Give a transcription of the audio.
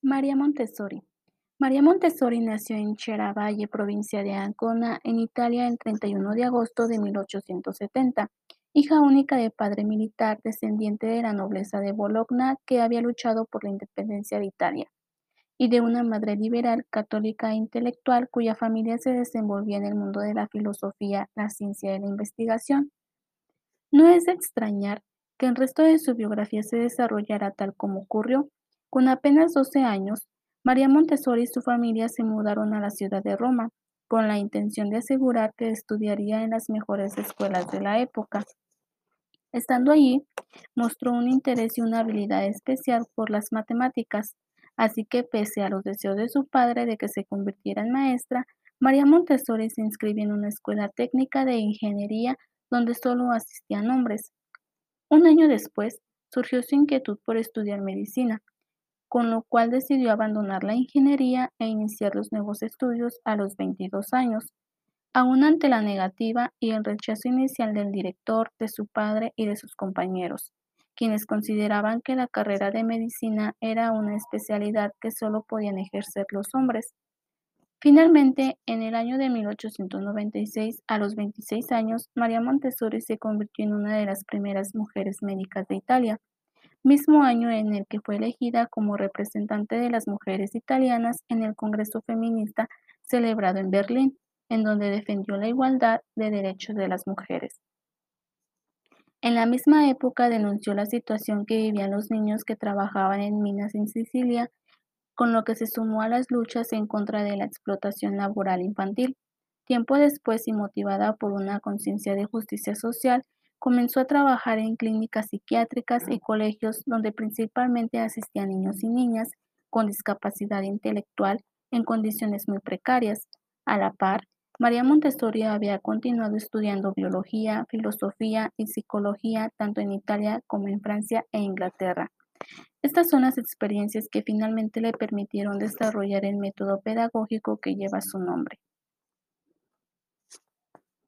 María Montessori. María Montessori nació en Serravalle, provincia de Ancona, en Italia, el 31 de agosto de 1870, hija única de padre militar descendiente de la nobleza de Bologna que había luchado por la independencia de Italia, y de una madre liberal, católica e intelectual cuya familia se desenvolvía en el mundo de la filosofía, la ciencia y la investigación. No es de extrañar que el resto de su biografía se desarrollara tal como ocurrió. Con apenas 12 años, María Montessori y su familia se mudaron a la ciudad de Roma, con la intención de asegurar que estudiaría en las mejores escuelas de la época. Estando allí, mostró un interés y una habilidad especial por las matemáticas, así que pese a los deseos de su padre de que se convirtiera en maestra, María Montessori se inscribió en una escuela técnica de ingeniería donde solo asistían hombres. Un año después, surgió su inquietud por estudiar medicina, con lo cual decidió abandonar la ingeniería e iniciar los nuevos estudios a los 22 años, aun ante la negativa y el rechazo inicial del director, de su padre y de sus compañeros, quienes consideraban que la carrera de medicina era una especialidad que solo podían ejercer los hombres. Finalmente, en el año de 1896, a los 26 años, María Montessori se convirtió en una de las primeras mujeres médicas de Italia, mismo año en el que fue elegida como representante de las mujeres italianas en el Congreso Feminista celebrado en Berlín, en donde defendió la igualdad de derechos de las mujeres. En la misma época denunció la situación que vivían los niños que trabajaban en minas en Sicilia, con lo que se sumó a las luchas en contra de la explotación laboral infantil. Tiempo después, y motivada por una conciencia de justicia social, comenzó a trabajar en clínicas psiquiátricas y colegios donde principalmente asistían niños y niñas con discapacidad intelectual en condiciones muy precarias. A la par, María Montessori había continuado estudiando biología, filosofía y psicología tanto en Italia como en Francia e Inglaterra. Estas son las experiencias que finalmente le permitieron desarrollar el método pedagógico que lleva su nombre.